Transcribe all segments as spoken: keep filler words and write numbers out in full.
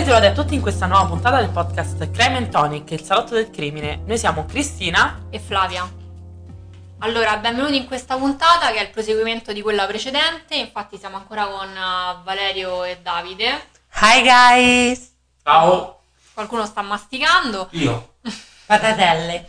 Bentrovati a tutti in questa nuova puntata del podcast Crime and Tonic, il salotto del crimine. Noi siamo Cristina e Flavia. Allora, benvenuti in questa puntata che è il proseguimento di quella precedente. Infatti siamo ancora con uh, Valerio e Davide. Hi guys! Ciao! Qualcuno sta masticando. Io. Patatelle.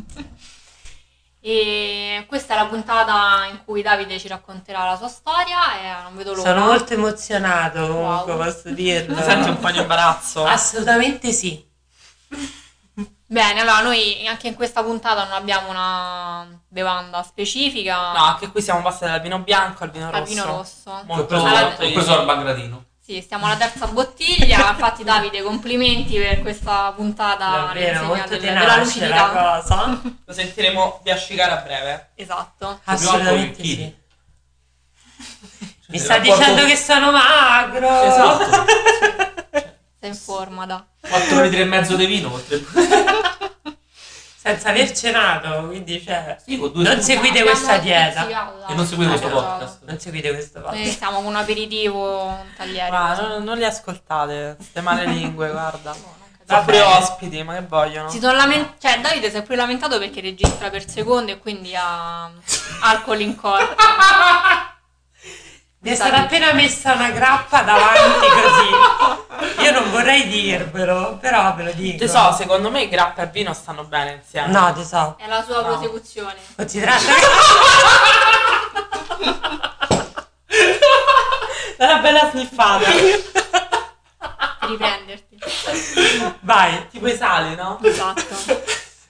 E questa è la puntata in cui Davide ci racconterà la sua storia e non vedo l'ora. Sono molto emozionato, comunque, Wow. posso dirlo. Ti senti un po' di imbarazzo? Assolutamente sì. Bene, allora noi anche in questa puntata non abbiamo una bevanda specifica. No, anche qui siamo passati dal vino bianco al vino rosso. Al vino rosso. Ho Molto preso, Alla- ho preso al bagradino. Sì, stiamo alla terza bottiglia. Infatti Davide, complimenti per questa puntata Davvero, all'insegna molto del- della tenace lucidità. la cosa. Lo sentiremo biascicare a breve. Esatto. Assolutamente Prima o poi sì. Mi Cioè, sta il rapporto- dicendo che sono magro. Esatto. Sei in forma, da. quattro litri e mezzo di vino. potrebbe- Senza aver cenato, quindi cioè... Sì, con due Non scusi. seguite Abbiamo questa dieta. pizzicato, dai. E non seguite questo Esatto. podcast. Non seguite questo Noi podcast. stiamo con un aperitivo, un tagliere. Guarda, non, non li ascoltate, ste male lingue, guarda. Sono Va pure bene. ospiti, ma che vogliono? Si sono lament- cioè Davide si è pure lamentato perché registra per secondo e quindi ha alcol in corpo. Mi è stata appena messa una grappa davanti così. Io non vorrei dirvelo, però ve lo dico. Te so, secondo me i grappa e il vino stanno bene insieme. No, te so. È la sua No. prosecuzione. Considerate È una bella sniffata. Per riprenderti. Vai, Tipo i sali, no? Esatto.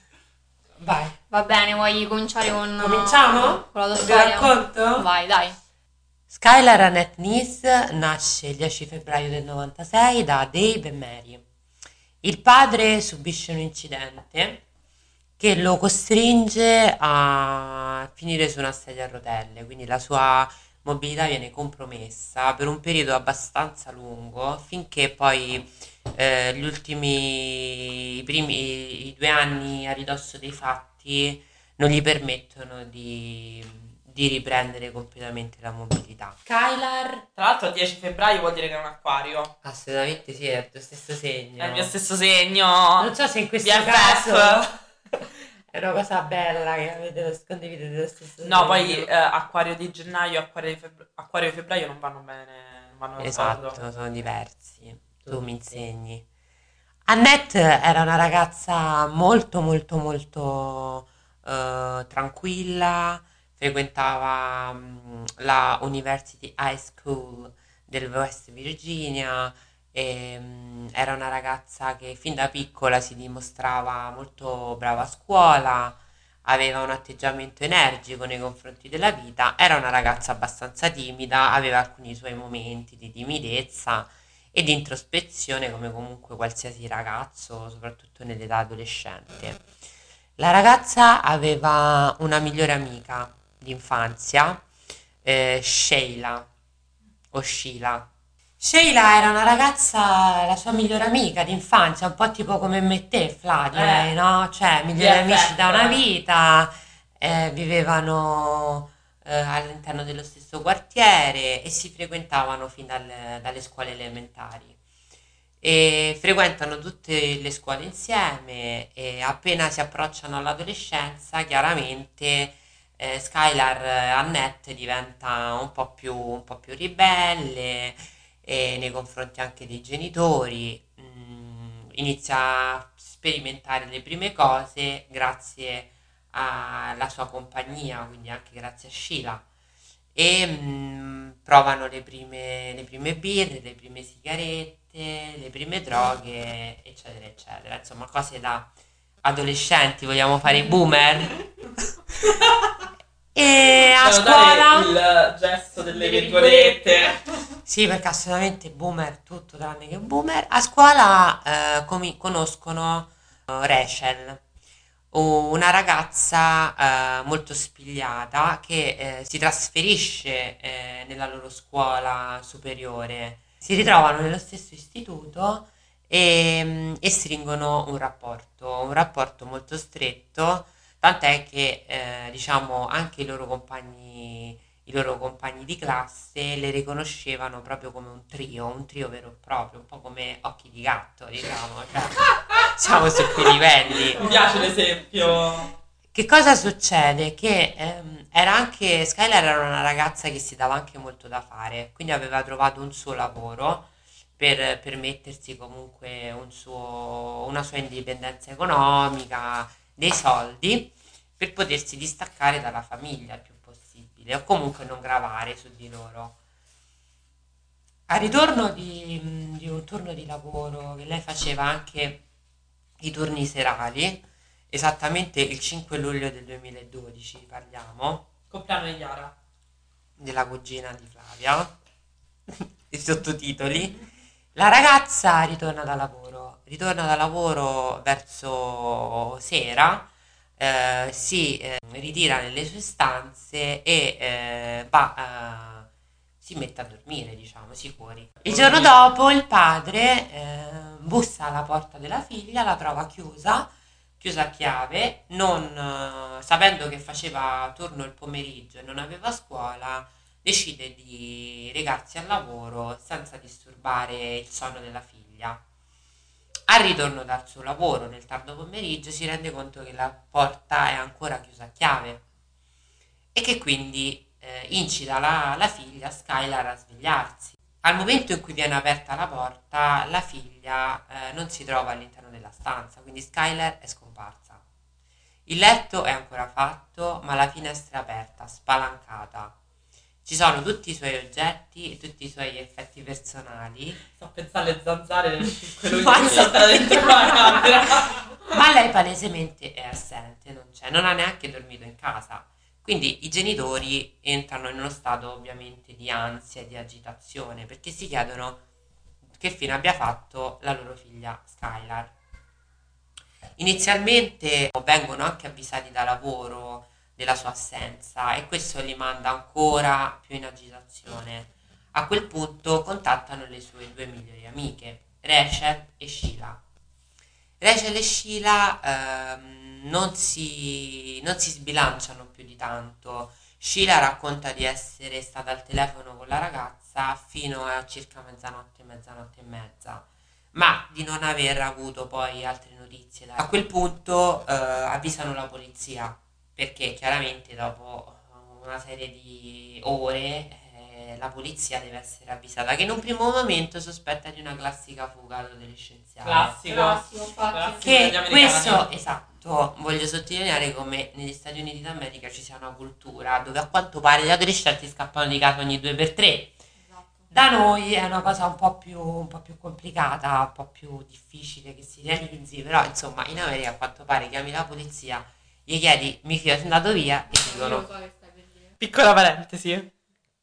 vai. Va bene, vuoi cominciare con... Cominciamo? Con la tua Vi storia? racconto? Vai, dai. Skylar Annette Neese nasce il dieci febbraio del novantasei da Dave e Mary. Il padre subisce un incidente che lo costringe a finire su una sedia a rotelle, quindi la sua mobilità viene compromessa per un periodo abbastanza lungo, finché poi eh, gli ultimi, i primi i due anni a ridosso dei fatti non gli permettono di, di riprendere completamente la mobilità. Skylar, Tra l'altro il dieci febbraio vuol dire che è un acquario. assolutamente sì, è il tuo stesso segno. È il mio stesso segno. Non so se in questo B F F. caso è una cosa bella che avete lo condividete lo stesso No, segno. poi eh, acquario di gennaio e acquario di, febbraio, acquario di febbraio non vanno bene, non vanno d'accordo. Esatto, sono diversi. Tu mi insegni. Annette era una ragazza molto molto molto eh, tranquilla, frequentava mm, la University High School del West Virginia e mm, era una ragazza che fin da piccola si dimostrava molto brava a scuola, aveva un atteggiamento energico nei confronti della vita, era una ragazza abbastanza timida, aveva alcuni suoi momenti di timidezza e di introspezione come comunque qualsiasi ragazzo, soprattutto nell'età adolescente. La ragazza aveva una migliore amica d'infanzia, eh, Sheila o Sheila. Sheila era una ragazza, la sua migliore amica d'infanzia, un po' tipo come me e te, Fla, direi, Eh. no? Cioè, migliori B F F. amici da una vita, eh, vivevano eh, all'interno dello stesso quartiere e si frequentavano fin dal- dalle scuole elementari. E frequentano tutte le scuole insieme e appena si approcciano all'adolescenza, chiaramente eh, Skylar eh, Annette diventa un po' più, un po' più ribelle e nei confronti anche dei genitori, mm, inizia a sperimentare le prime cose grazie alla sua compagnia, quindi anche grazie a Sheila. E mm, provano le prime, le prime birre, le prime sigarette, le prime droghe, eccetera, eccetera. Insomma, cose da adolescenti, vogliamo fare i boomer. E a Devo scuola... dare il gesto delle virgolette. Sì, perché assolutamente boomer, tutto tranne che boomer. A scuola eh, comi- conoscono eh, Rachel, una ragazza eh, molto spigliata che eh, si trasferisce eh, nella loro scuola superiore. Si ritrovano nello stesso istituto e, mm, e stringono un rapporto, un rapporto molto stretto, tant'è che eh, diciamo anche i loro compagni, i i loro compagni di classe le riconoscevano proprio come un trio, un trio vero e proprio, un po' come Occhi di Gatto, diciamo, cioè, siamo su quei livelli. Mi piace l'esempio. Che cosa succede? Che ehm, era anche Skylar era una ragazza che si dava anche molto da fare, quindi aveva trovato un suo lavoro per permettersi comunque un suo, una sua indipendenza economica, dei soldi, per potersi distaccare dalla famiglia il più possibile, o comunque non gravare su di loro. Al ritorno di, di un turno di lavoro che lei faceva anche i turni serali, esattamente il cinque luglio del duemiladodici parliamo, Compleanno di Chiara. della cugina di Flavia, i sottotitoli, la ragazza ritorna da lavoro, ritorna da lavoro verso sera, eh, si eh, ritira nelle sue stanze e eh, va, eh, si mette a dormire, diciamo, si cuori. Il giorno dopo il padre eh, bussa alla porta della figlia, la trova chiusa, chiusa a chiave, non, eh, sapendo che faceva turno il pomeriggio e non aveva scuola, decide di recarsi al lavoro senza disturbare il sonno della figlia. Al ritorno dal suo lavoro nel tardo pomeriggio si rende conto che la porta è ancora chiusa a chiave e che quindi eh, incita la, la figlia Skylar a svegliarsi. Al momento in cui viene aperta la porta, la figlia eh, non si trova all'interno della stanza, quindi Skylar è scomparsa. Il letto è ancora fatto, ma la finestra è aperta, spalancata. Ci sono tutti i suoi oggetti e tutti i suoi effetti personali. Sto a pensare alle zanzare del cinque luglio Ma che sì. saltano dentro la camera. Ma lei palesemente è assente, non c'è, non ha neanche dormito in casa. Quindi i genitori entrano in uno stato ovviamente di ansia e di agitazione perché si chiedono che fine abbia fatto la loro figlia Skylar. Inizialmente vengono anche avvisati da lavoro della sua assenza e questo li manda ancora più in agitazione. A quel punto contattano le sue due migliori amiche, Rachel e Sheila. Rachel e Sheila ehm, non, si, non si sbilanciano più di tanto. Sheila racconta di essere stata al telefono con la ragazza fino a circa mezzanotte, mezzanotte e mezza, ma di non aver avuto poi altre notizie. A quel punto eh, avvisano la polizia perché chiaramente dopo una serie di ore eh, la polizia deve essere avvisata che in un primo momento sospetta di una classica fuga adolescenziale. Classico. Classico, infatti. Classico. Che Gli americani. questo, esatto, voglio sottolineare come negli Stati Uniti d'America ci sia una cultura dove a quanto pare gli adolescenti scappano di casa ogni due per tre. Esatto. Da noi è una cosa un po' più, un po' più complicata, un po' più difficile che si realizzi, però insomma in America a quanto pare chiami la polizia, gli chiedi mi fio, sono andato via e Io dicono lo so che stai per dire. Piccola parentesi.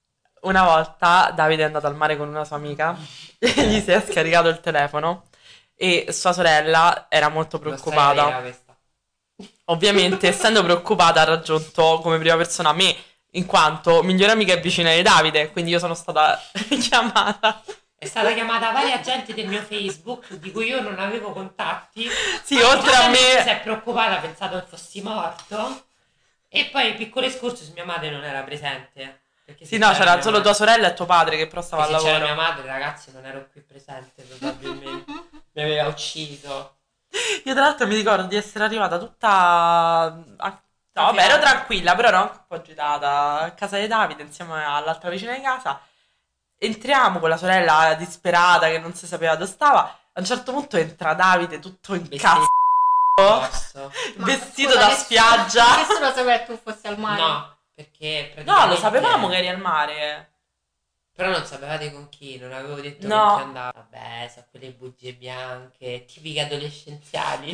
Una volta Davide è andato al mare con una sua amica e gli si è scaricato il telefono e sua sorella era molto "Lo sai, era preoccupata. questa". Ovviamente, essendo preoccupata, ha raggiunto come prima persona me, in quanto migliore amica e vicina di Davide, quindi io sono stata chiamata. È stata chiamata varia gente del mio Facebook di cui io non avevo contatti. Sì, oltre a Si me, è preoccupata, ha pensato che fossi morto. E poi, piccolo escursus, mia madre non era presente. Perché sì, se no, c'era mia solo madre- tua sorella e tuo padre che però stava al perché se c'era lavoro. mia madre, ragazzi, non ero qui presente, probabilmente. Mi aveva ucciso. Io tra l'altro mi ricordo di essere arrivata tutta... ah, no, vabbè, ero tranquilla, però ero anche un po' agitata a casa di Davide insieme all'altra vicina di casa. Entriamo con la sorella disperata che non si sapeva dove stava. A un certo punto entra Davide tutto incazzato, Posso? Ma vestito scusa, da nessuno- spiaggia. Nessuno sapeva che tu fossi al mare. No, perché No, praticamente... lo sapevamo che eri al mare. Però non sapevate con chi, non avevo detto No. con chi andavo. Vabbè, so quelle bugie bianche, tipiche adolescenziali.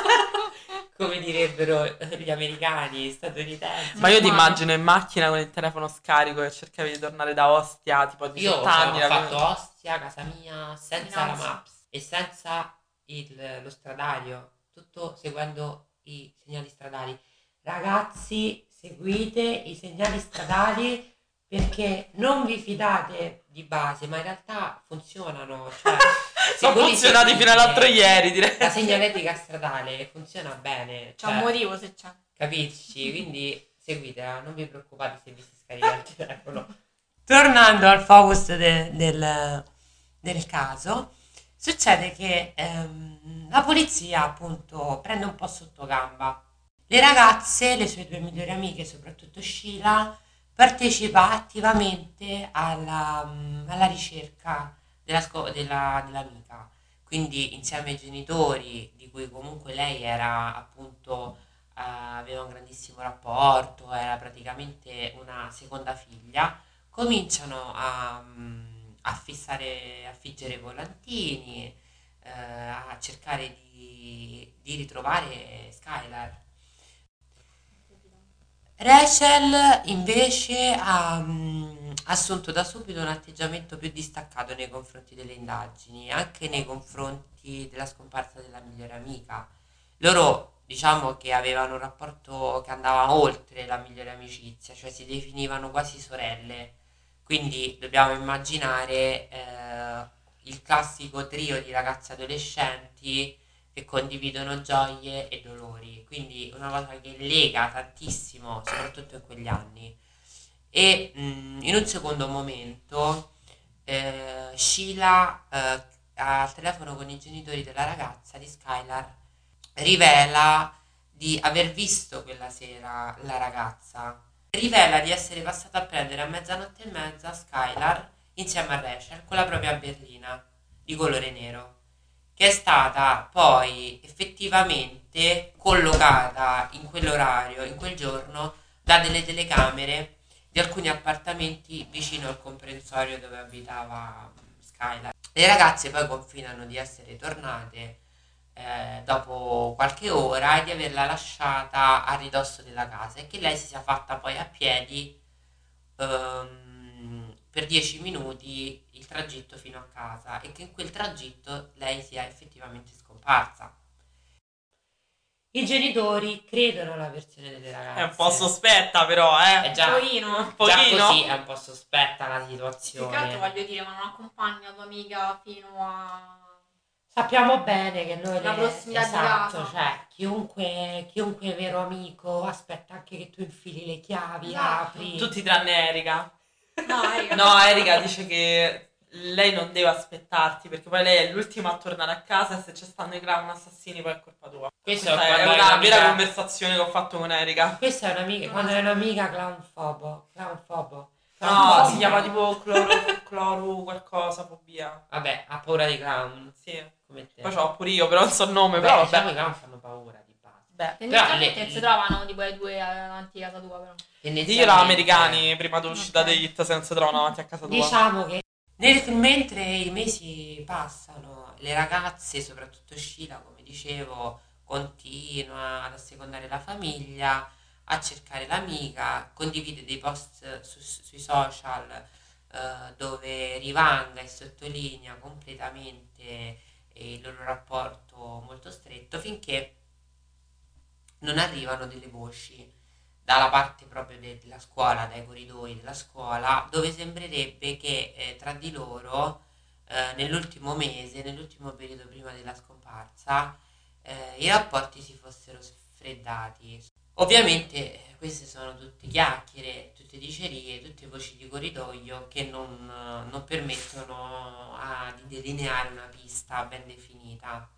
Come direbbero gli americani, statunitensi. Ma io ti Normale. immagino in macchina con il telefono scarico e cercavi di tornare da Ostia, tipo a Io diciotto cioè, anni. ho la- fatto Ostia a casa mia senza la Grazie. Maps e senza il- lo stradario, tutto seguendo i segnali stradali. Ragazzi, seguite i segnali stradali perché non vi fidate di base, ma in realtà funzionano. Cioè, se Sono voi li funzionati seguite, fino all'altro ieri, direi. La segnaletica stradale funziona bene. C'è un cioè, motivo se c'è. Capisci? Quindi seguitela, non vi preoccupate se vi si scaricare il telefono. Tornando al focus de- del, del caso, succede che ehm, la polizia appunto prende un po' sotto gamba le ragazze, le sue due migliori amiche, soprattutto Sheila, partecipa attivamente alla, mm, alla ricerca della sco- della- dell'amica, quindi insieme ai genitori, di cui comunque lei era appunto, eh, aveva un grandissimo rapporto, era praticamente una seconda figlia, cominciano a, mm, a fissare, a figgere volantini, eh, a cercare di, di ritrovare Skylar. Rachel invece ha mm, assunto da subito un atteggiamento più distaccato nei confronti delle indagini, anche nei confronti della scomparsa della migliore amica. Loro diciamo che avevano un rapporto che andava oltre la migliore amicizia, cioè si definivano quasi sorelle. Quindi dobbiamo immaginare eh, il classico trio di ragazze adolescenti che condividono gioie e dolori, quindi una cosa che lega tantissimo, soprattutto in quegli anni. E mh, in un secondo momento eh, Sheila eh, al telefono con i genitori della ragazza di Skylar rivela di aver visto quella sera la ragazza, rivela di essere passata a prendere a mezzanotte e mezza Skylar insieme a Rachel con la propria berlina di colore nero, che è stata poi effettivamente collocata in quell'orario, in quel giorno, da delle telecamere di alcuni appartamenti vicino al comprensorio dove abitava Skylar. Le ragazze poi confidano di essere tornate eh, dopo qualche ora e di averla lasciata a ridosso della casa e che lei si sia fatta poi a piedi ehm, per dieci minuti il tragitto fino a casa e che in quel tragitto lei sia effettivamente scomparsa. I genitori credono alla versione delle ragazze. È un po' sospetta però, eh. È già, Un pochino. Un già pochino. così è un po' sospetta la Più che altro situazione. voglio dire, ma non accompagna tua amica fino a... Sappiamo bene che noi La le, prossimità di esatto, casa. cioè chiunque, chiunque vero amico aspetta anche che tu infili le chiavi, Esatto. apri. Tutti tranne Erika. No, Erika. No, Erika dice che lei non deve aspettarti perché poi lei è l'ultima a tornare a casa e se ci stanno i clown assassini poi è colpa tua. Questo Questa è è quando una è vera un'amica- conversazione che ho fatto con Erika. Questa è un'amica, Non quando lo è so. un'amica clownfobo, clownfobo. No, Clownfobica. si chiama tipo cloro, cloro qualcosa, fobia. Vabbè, ha paura di clown, Sì. come te. Poi ce l'ho pure io, però non so il nome, Vabbè, però diciamo vabbè. i clown fanno paura di base. Beh. Tendenzialmente Però le- si trovano tipo le due davanti a casa tua, però. Tendenzialmente- Io la americani prima dell'uscita Ok. degli hit se non si trovano davanti a casa tua. Diciamo che nel- mentre i mesi passano, le ragazze, soprattutto Sheila, come dicevo, continua ad assecondare la famiglia, a cercare l'amica, condivide dei post su- sui social eh, dove rivanga e sottolinea completamente il loro rapporto molto stretto finché non arrivano delle voci dalla parte proprio de- della scuola, dai corridoi della scuola, dove sembrerebbe che eh, tra di loro eh, nell'ultimo mese, nell'ultimo periodo prima della scomparsa, eh, i rapporti si fossero sfreddati. Ovviamente eh, queste sono tutte chiacchiere, tutte dicerie, tutte voci di corridoio che non, eh, non permettono a- di delineare una pista ben definita.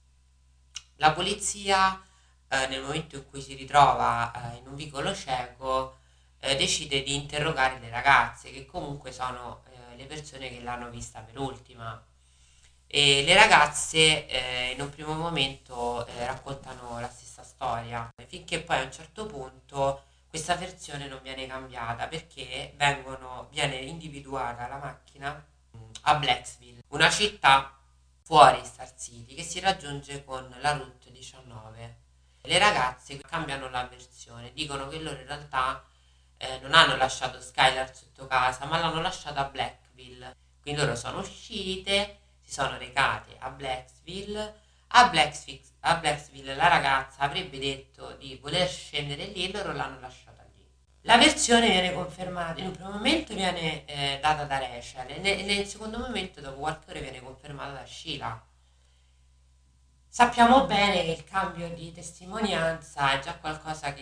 La polizia eh, nel momento in cui si ritrova eh, in un vicolo cieco, eh, decide di interrogare le ragazze, che comunque sono eh, le persone che l'hanno vista per ultima. E le ragazze eh, in un primo momento eh, raccontano la stessa storia, finché poi a un certo punto questa versione non viene cambiata perché vengono, viene individuata la macchina mh, a Blacksville, una città fuori Star City che si raggiunge con la Route diciannove. Le ragazze cambiano la versione, dicono che loro in realtà eh, non hanno lasciato Skylar sotto casa, ma l'hanno lasciata a Blackville. Quindi loro sono uscite, si sono recate a Blacksville. A Blacksville, a Blacksville la ragazza avrebbe detto di voler scendere lì e loro l'hanno lasciata lì. La versione viene confermata, in un primo momento viene eh, data da Rachel e nel, nel secondo momento, dopo qualche ora, viene confermata da Sheila. Sappiamo bene che il cambio di testimonianza è già qualcosa che,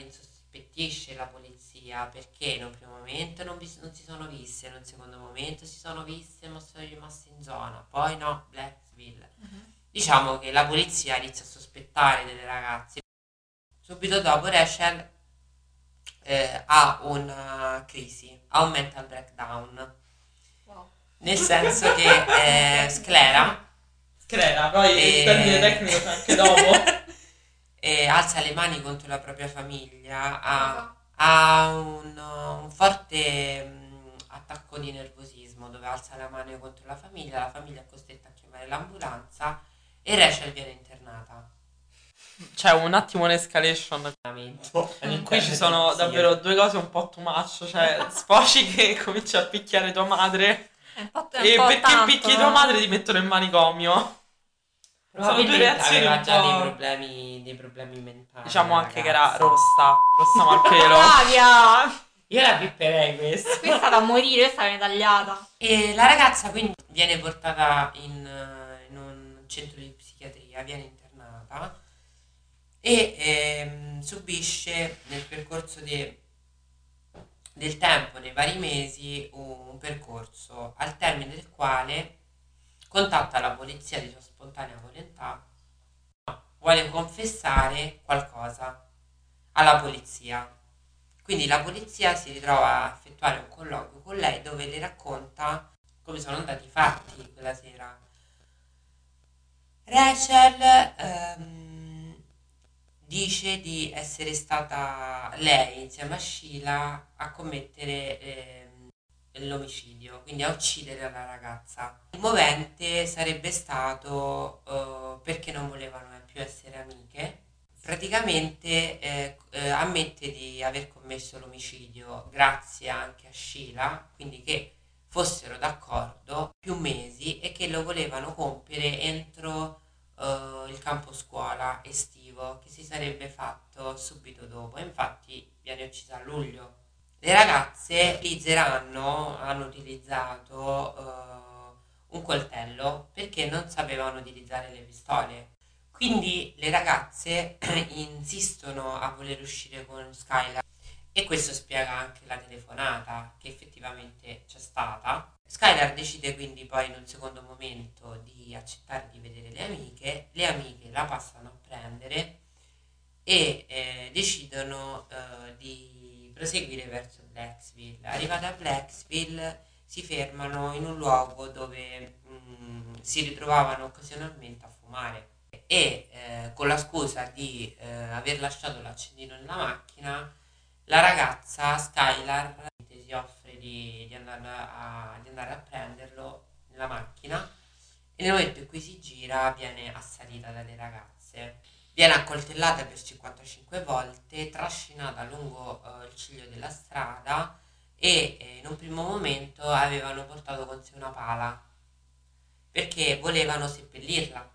sospettisce la polizia perché in un primo momento non, vi- non si sono viste, in un secondo momento si sono viste ma sono rimaste in zona, poi no, Blacksville. Diciamo che la polizia inizia a sospettare delle ragazze. Subito dopo Rachel eh, ha una crisi, ha un mental breakdown, Wow. nel senso che eh, sclera Screra, poi E- il termine tecnico c'è anche dopo. e alza le mani contro la propria famiglia, ha, Cosa? ha un, un forte mm, attacco di nervosismo dove alza la mano contro la famiglia, la famiglia è costretta a chiamare l'ambulanza e Rachel viene internata. C'è un attimo un'escalation in cui ci sono davvero due cose un po' too much, cioè sfoci che cominci a picchiare tua madre È un po', è un e po' perché tanto, picchi no? tua madre ti mettono in manicomio. Sono due Probabilmente reazioni aveva un già po'... dei problemi, dei problemi mentali. Diciamo la anche che era ragazza. rossa, rossa malpelo. Flavia! Io la pipperei questa. Questa da morire, questa viene tagliata. E la ragazza quindi viene portata in, eh, in un centro di psichiatria, viene internata e ehm, subisce nel percorso de- del tempo, nei vari mesi, un, un percorso al termine del quale contatta la polizia di sua spontanea volontà, vuole confessare qualcosa alla polizia. Quindi la polizia si ritrova a effettuare un colloquio con lei dove le racconta come sono andati i fatti quella sera. Rachel ehm, dice di essere stata lei insieme a Sheila a commettere ehm, l'omicidio, quindi a uccidere la ragazza. Il movente sarebbe stato eh, perché non volevano più essere amiche. Praticamente eh, eh, ammette di aver commesso l'omicidio grazie anche a Sheila, quindi che fossero d'accordo più mesi e che lo volevano compiere entro eh, il campo scuola estivo che si sarebbe fatto subito dopo. Infatti viene uccisa a luglio. Le ragazze utilizzeranno, hanno utilizzato eh, un coltello perché non sapevano utilizzare le pistole. Quindi le ragazze insistono a voler uscire con Skylar e questo spiega anche la telefonata che effettivamente c'è stata. Skylar decide quindi poi in un secondo momento di accettare di vedere le amiche, le amiche la passano a prendere e eh, decidono eh, di proseguire verso Blacksville. Arrivate a Blacksville si fermano in un luogo dove mm, si ritrovavano occasionalmente a fumare e eh, con la scusa di eh, aver lasciato l'accendino nella macchina la ragazza Skylar si offre di, di, andare a, di andare a prenderlo nella macchina e nel momento in cui si gira viene assalita dalle ragazze. Viene accoltellata per cinquantacinque volte, trascinata lungo eh, il ciglio della strada e eh, in un primo momento avevano portato con sé una pala perché volevano seppellirla,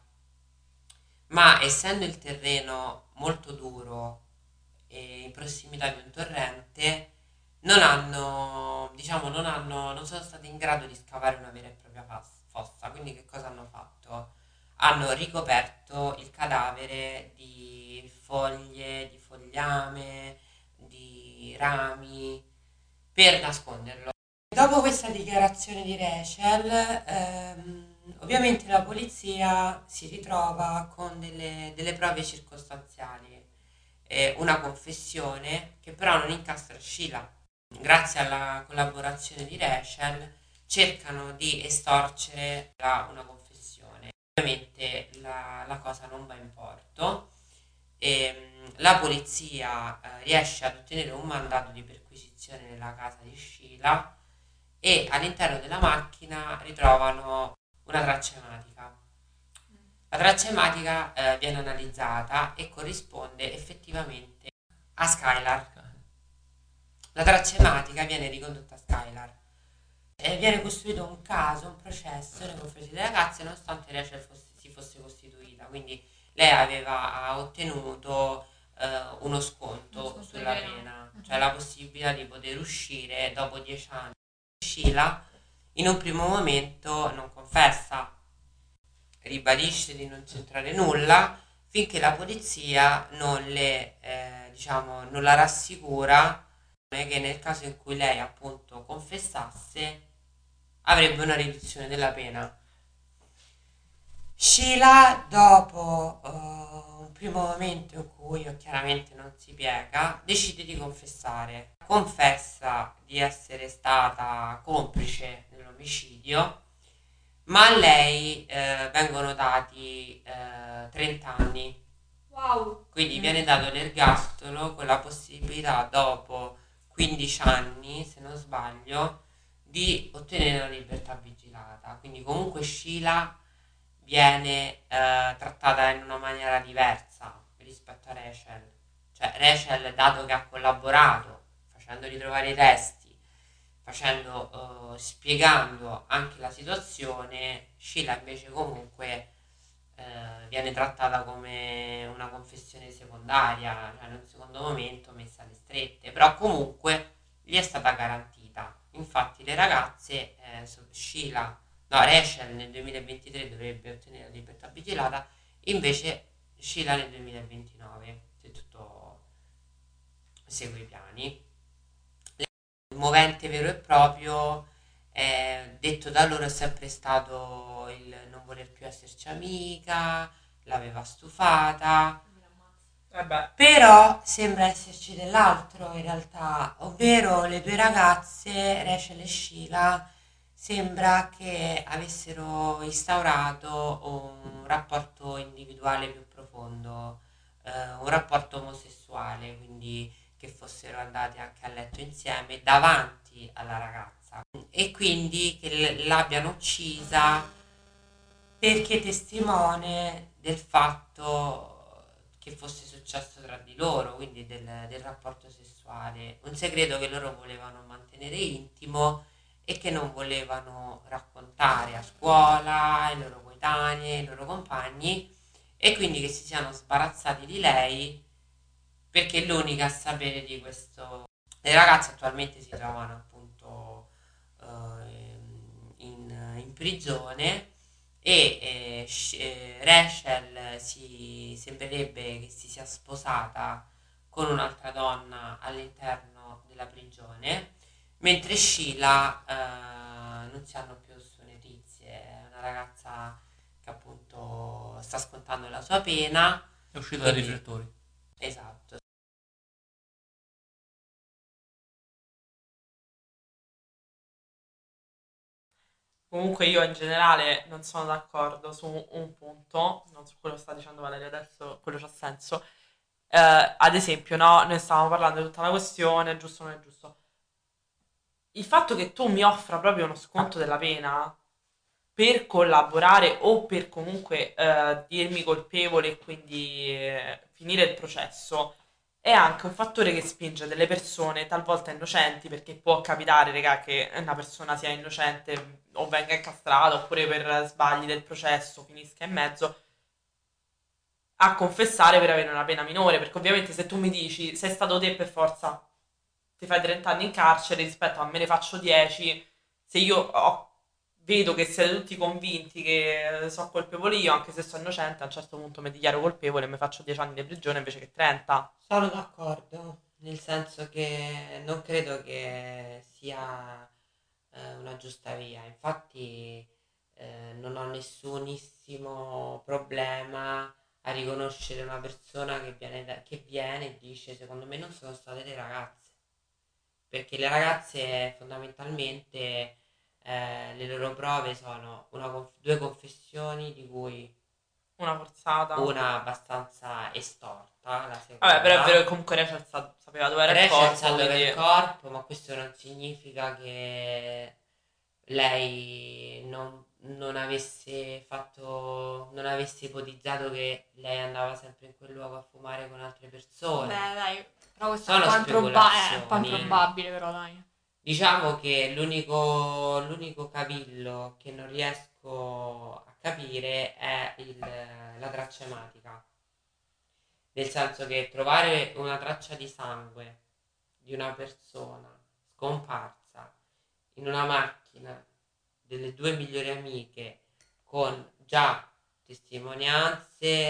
ma essendo il terreno molto duro e in prossimità di un torrente non hanno, diciamo, non hanno, non sono stati in grado di scavare una vera e propria fas- fossa. Quindi che cosa hanno fatto? Hanno ricoperto il cadavere di foglie, di fogliame, di rami per nasconderlo. Dopo questa dichiarazione di Rachel, ehm, ovviamente la polizia si ritrova con delle, delle prove circostanziali, eh, una confessione che però non incastra Sheila. Grazie alla collaborazione di Rachel cercano di estorcere la- una confessione. Ovviamente la, la cosa non va in porto e mm, la polizia eh, riesce ad ottenere un mandato di perquisizione nella casa di Sheila e all'interno della macchina ritrovano una traccia ematica. La traccia ematica eh, viene analizzata e corrisponde effettivamente a Skylar. La traccia ematica viene ricondotta a Skylar. E viene costruito un caso, un processo nei confronti delle ragazze nonostante Rachel fosse, si fosse costituita. Quindi lei aveva ha ottenuto eh, uno sconto Uno sconto sulla di pena. pena, Mhm. cioè la possibilità di poter uscire dopo dieci anni. Sheila in un primo momento non confessa, ribadisce di non c'entrare nulla finché la polizia non le, eh, diciamo, non la rassicura che nel caso in cui lei appunto confessasse avrebbe una riduzione della pena. Sheila, dopo eh, un primo momento in cui chiaramente non si piega, decide di confessare. Confessa di essere stata complice nell'omicidio, ma a lei eh, vengono dati eh, trenta anni. Wow. Quindi viene dato l'ergastolo con la possibilità dopo quindici anni, se non sbaglio, di ottenere la libertà vigilata. Quindi comunque Sheila viene eh, trattata in una maniera diversa rispetto a Rachel. Cioè Rachel, dato che ha collaborato facendo ritrovare i testi, facendo, eh, spiegando anche la situazione, Sheila invece comunque eh, viene trattata come una confessione secondaria, cioè in un secondo momento messa alle strette, però comunque gli è stata garantita. Infatti le ragazze, eh, Sheila, no, Rachel nel duemilaventitré dovrebbe ottenere la libertà vigilata, invece Sheila nel duemilaventinove, se tutto segue i piani. Il movente vero e proprio, eh, detto da loro, è sempre stato il non voler più esserci amica, l'aveva stufata, Vabbè. però sembra esserci dell'altro in realtà, ovvero le due ragazze, Rachel e Sheila, sembra che avessero instaurato un rapporto individuale più profondo, eh, un rapporto omosessuale, quindi che fossero andati anche a letto insieme davanti alla ragazza e quindi che l- l'abbiano uccisa perché testimone del fatto che fosse successo tra di loro, quindi del, del rapporto sessuale, un segreto che loro volevano mantenere intimo e che non volevano raccontare a scuola, ai loro coetanei, ai loro compagni, e quindi che si siano sbarazzati di lei perché è l'unica a sapere di questo. Le ragazze attualmente si trovano appunto eh, in, in prigione e eh, Sh- eh, Rachel si sembrerebbe che si sia sposata con un'altra donna all'interno della prigione, mentre Sheila eh, non si hanno più sue notizie, è una ragazza che appunto sta scontando la sua pena. È uscito dai Quindi- riflettori. Esatto. Comunque io in generale non sono d'accordo su un punto, non su quello che sta dicendo Valeria adesso, quello c'ha senso. Eh, ad esempio, no, noi stavamo parlando di tutta la questione, giusto o non è giusto. Il fatto che tu mi offra proprio uno sconto della pena per collaborare o per comunque eh, dirmi colpevole e quindi eh, finire il processo è anche un fattore che spinge delle persone talvolta innocenti, perché può capitare, raga, che una persona sia innocente o venga incastrata oppure per sbagli del processo finisca in mezzo a confessare per avere una pena minore, perché ovviamente se tu mi dici sei stato te per forza ti fai trenta anni in carcere rispetto a me ne faccio dieci, se io ho- vedo che siete tutti convinti che sono colpevole io, anche se sono innocente, a un certo punto mi dichiaro colpevole e mi faccio dieci anni di prigione invece che trenta. Sono d'accordo, nel senso che non credo che sia eh, una giusta via, infatti eh, non ho nessunissimo problema a riconoscere una persona che viene, da- che viene e dice secondo me non sono state le ragazze, perché le ragazze fondamentalmente eh, le loro prove sono una conf- due confessioni di cui Una forzata. una abbastanza estorta, la Vabbè, però è vero che seconda. comunque Rachel sa- sapeva dove era il Rachel sa corpo, dove è quindi... il corpo, ma questo non significa che lei non, non avesse fatto, non avesse ipotizzato che lei andava sempre in quel luogo a fumare con altre persone. Beh, dai, però questo è un Sono po' improba- è un po' speculazioni. improbabile, però dai. Diciamo che l'unico, l'unico cavillo che non riesco a capire è il- la traccia ematica. Nel senso che trovare una traccia di sangue di una persona scomparsa in una macchina delle due migliori amiche con già testimonianze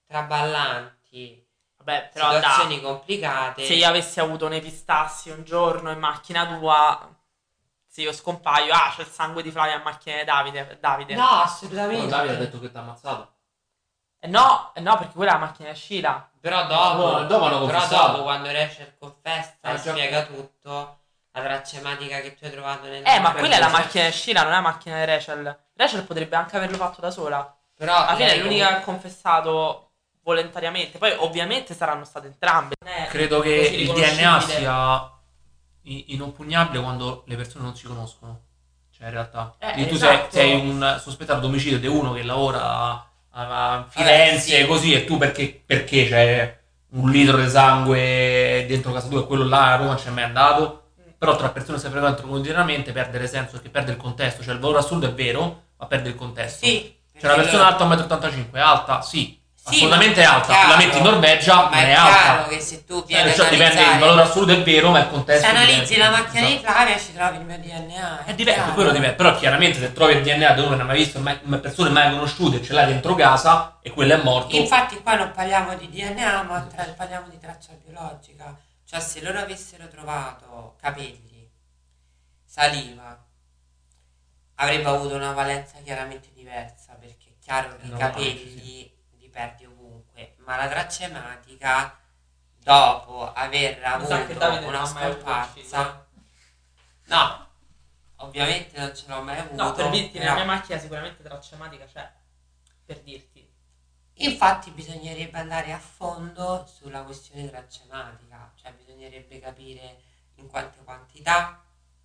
traballanti, Vabbè, però situazioni dai, complicate. se io avessi avuto un epistassi un giorno in macchina tua, se io scompaio, ah, c'è il sangue di Flavia in macchina di Davide. Davide. No, Però assolutamente. Davide ha detto che ti ha ammazzato. Eh no, eh no, perché quella è la macchina di Sheila. Però dopo, No, dopo hanno però confessato. dopo quando Rachel confessa Ah, e già. spiega tutto, la tracciamatica che tu hai trovato nella Eh, ma macchina- quella è la macchina di Sheila, non è la macchina di Rachel. Rachel potrebbe anche averlo fatto da sola. Però Alla fine lei è l'unica che ha confessato volontariamente. Poi ovviamente saranno state entrambe. Non è Credo che così il D N A riconoscibile. sia i- inoppugnabile quando le persone non si conoscono. Cioè, in realtà, Eh, Quindi tu esatto. sei, sei un sospettato d'omicidio di uno che lavora a, a Firenze, sì. così, e tu perché, perché c'è un litro di sangue dentro casa tua e quello là a Roma non c'è mai andato. Però tra persone che si frequentano quotidianamente perde senso perché perde il contesto. Cioè, il valore assoluto è vero, ma perde il contesto. Sì. C'è una perché persona loro- alta a uno e ottantacinque m, è alta? Sì. Sì, Assolutamente ma è alta. chiaro. La metti in Norvegia, Ma non è è chiaro alta. che se tu vieni Eh, ad cioè, dipende, il analizzare, valore assoluto è vero, ma il contesto se analizzi diventa- la macchina di esatto. Flavia ci trovi il mio D N A. È diverso, chiaro. quello dipende. Però chiaramente se trovi il D N A di uno che non hai mai visto, mai, mai- persone mai conosciute, ce l'hai dentro casa e quello è morto. Infatti qua non parliamo di D N A, ma tra- parliamo di traccia biologica. Cioè se loro avessero trovato capelli, saliva, avrebbe avuto una valenza chiaramente diversa, perché è chiaro che Eh, i no, capelli sì. li perdi ovunque, ma la traccia ematica, dopo aver Mi sa che avuto Davide una non ha mai avuto scomparsa, no, ovviamente non ce l'ho mai avuto. No, per dirti, però- nella mia macchina sicuramente tracciamatica c'è. Per dirti. Infatti bisognerebbe andare a fondo sulla questione tracciamatica, cioè bisognerebbe capire in quante quantità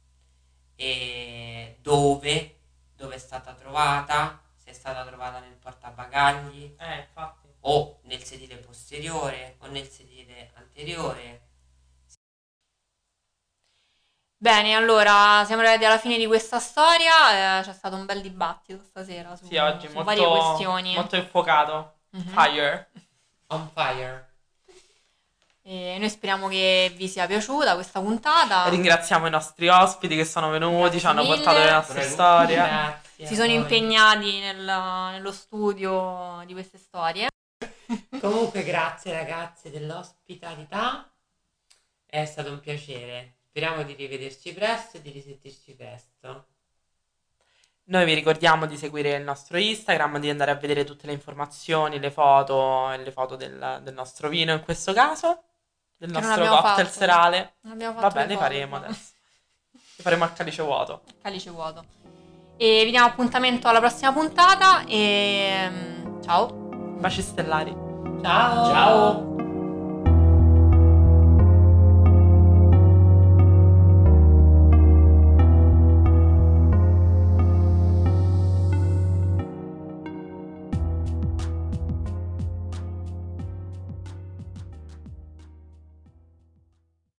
e dove, dove è stata trovata, se è stata trovata nel portabagagli Eh, infatti. o nel sedile posteriore o nel sedile anteriore. Bene, allora siamo arrivati alla fine di questa storia. eh, c'è stato un bel dibattito stasera su, Sì, oggi su molto, varie questioni. molto infuocato. Mhm. Fire. On fire. E noi speriamo che vi sia piaciuta questa puntata. Ringraziamo i nostri ospiti che sono venuti, Grazie ci hanno mille. portato le nostre Prego. storie. Grazie Si a sono voi. impegnati nel- nello studio di queste storie. Comunque grazie ragazzi dell'ospitalità, è stato un piacere. Speriamo di rivederci presto e di risentirci presto. Noi vi ricordiamo di seguire il nostro Instagram, di andare a vedere tutte le informazioni, le foto e le foto del, del nostro vino in questo caso, del Che non nostro abbiamo cocktail fatto. serale. Non abbiamo fatto Vabbè, le le foto, faremo no. adesso. Le faremo a calice vuoto. Calice vuoto. E vi diamo appuntamento alla prossima puntata e mm, ciao. Baci stellari. Ciao! Ciao!